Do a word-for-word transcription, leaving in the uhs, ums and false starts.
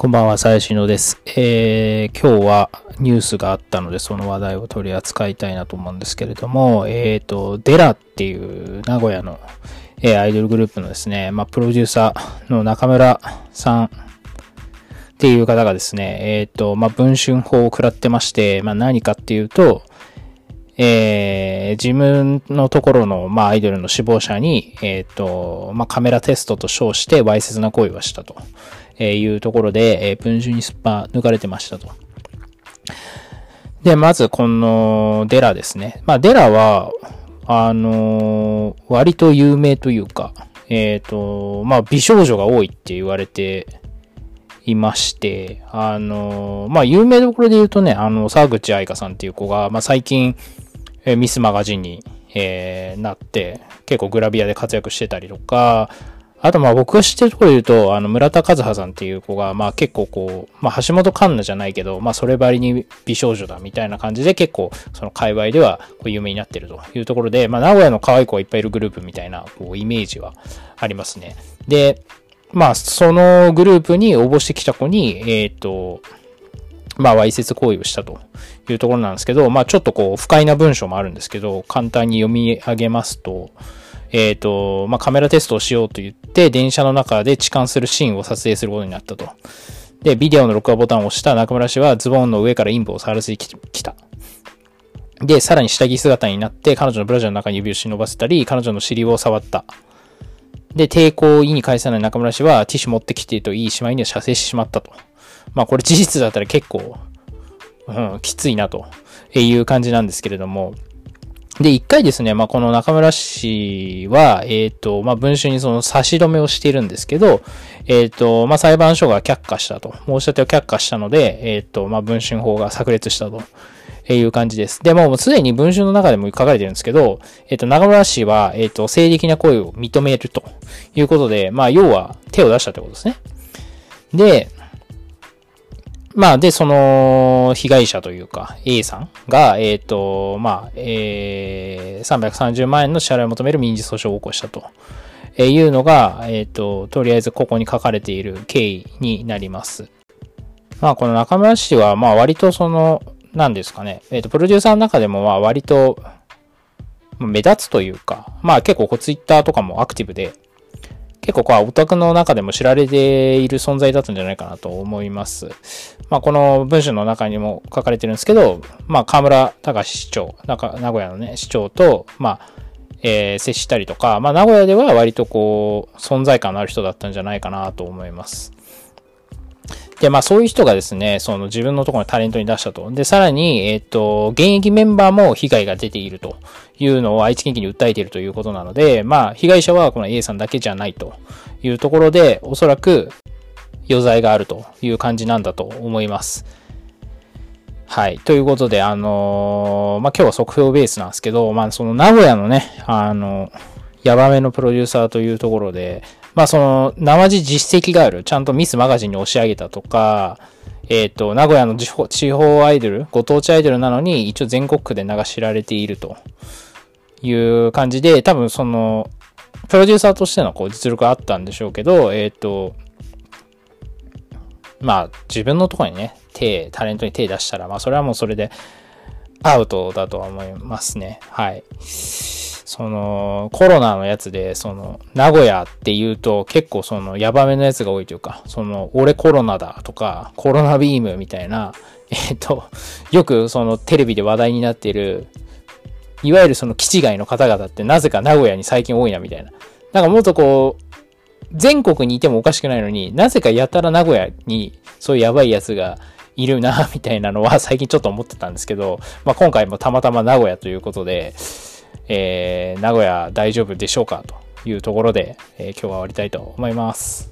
こんばんは、最新のです。えー、今日はニュースがあったので、その話題を取り扱いたいなと思うんですけれども、えーと、デラっていう名古屋の、えー、アイドルグループのですね、まあ、プロデューサーの中村さんっていう方がですね、えーと、まあ、文春法を食らってまして、まあ、何かっていうと、えー、自分のところの、まあ、アイドルの志望者に、えーと、まあ、カメラテストと称してわいせつな行為をしたと。えー、いうところで、えー、文春にすっぱ抜かれてましたと。で、まずこのデラですね。まあデラは、あのー、割と有名というか、えっと、まあ美少女が多いって言われていまして、あのー、まあ有名どころで言うとね、あの、沢口愛香さんっていう子が、まあ最近、えー、ミスマガジンに、えー、なって、結構グラビアで活躍してたりとか、あとまあ僕が知ってるところで言うと、あの村田和葉さんっていう子が、まあ結構こう、まあ橋本環奈じゃないけど、まあそればりに美少女だみたいな感じで結構その界隈ではこう有名になってるというところで、まあ名古屋の可愛い子がいっぱいいるグループみたいなこうイメージはありますね。で、まあそのグループに応募してきた子に、えっと、まあわいせつ行為をしたというところなんですけど、まあちょっとこう不快な文章もあるんですけど、簡単に読み上げますと、えっと、まあ、カメラテストをしようと言って、電車の中で痴漢するシーンを撮影することになったと。で、ビデオの録画ボタンを押した中村氏はズボンの上から陰部を触らせてきた。で、さらに下着姿になって、彼女のブラジャーの中に指を忍ばせたり、彼女の尻を触った。で、抵抗を意に返さない中村氏は、ティッシュ持ってきてと言い、しまいには射精してしまったと。まあ、これ事実だったら結構、うん、きついなという感じなんですけれども、で、一回ですね、まあ、この中村氏は、えっと、まあ、文春にその差し止めをしているんですけど、えっと、まあ、裁判所が却下したと。申し立てを却下したので、えっと、まあ、文春法が炸裂したという感じです。で、もうすでに文春の中でも書かれてるんですけど、えっと、中村氏は、えっと、性的な行為を認めるということで、まあ、要は手を出したってことですね。で、まあ、で、その、被害者というか、A さんが、えっと、まあ、えー、さんびゃくさんじゅうまんえんの支払いを求める民事訴訟を起こしたというのが、えっと、とりあえずここに書かれている経緯になります。まあ、この中村氏は、まあ、割とその、なんですかね、えっと、プロデューサーの中でも、まあ、割と、目立つというか、まあ、結構こう、ツイッターとかもアクティブで、結構こうオタクの中でも知られている存在だったんじゃないかなと思います。まあこの文章の中にも書かれてるんですけど、まあ河村隆市長、名古屋のね市長とまあ、えー、接したりとか、まあ名古屋では割とこう存在感のある人だったんじゃないかなと思います。で、まあそういう人がですね、その自分のところのタレントに出したと。で、さらに、えっと、現役メンバーも被害が出ているというのを愛知県警に訴えているということなので、まあ被害者はこの A さんだけじゃないというところで、おそらく余罪があるという感じなんだと思います。はい。ということで、あのー、まあ今日は速報ベースなんですけど、まあその名古屋のね、あの、ヤバめのプロデューサーというところで、まあその、生地実績がある、ちゃんとミスマガジンに押し上げたとか、えっと、名古屋の地方、地方アイドル、ご当地アイドルなのに、一応全国区で名が知られているという感じで、多分その、プロデューサーとしてのこう実力があったんでしょうけど、えっと、まあ自分のところにね、手、タレントに手出したら、まあそれはもうそれでアウトだとは思いますね。はい。その、コロナのやつで、その、名古屋って言うと結構その、ヤバめのやつが多いというか、その、俺コロナだとか、コロナビームみたいな、えっと、よくそのテレビで話題になっている、いわゆるその基地外の方々ってなぜか名古屋に最近多いなみたいな。なんかもっとこう、全国にいてもおかしくないのに、なぜかやたら名古屋にそういうやばいやつがいるな、みたいなのは最近ちょっと思ってたんですけど、まあ今回もたまたま名古屋ということで、えー、名古屋大丈夫でしょうかというところで、えー、今日は終わりたいと思います。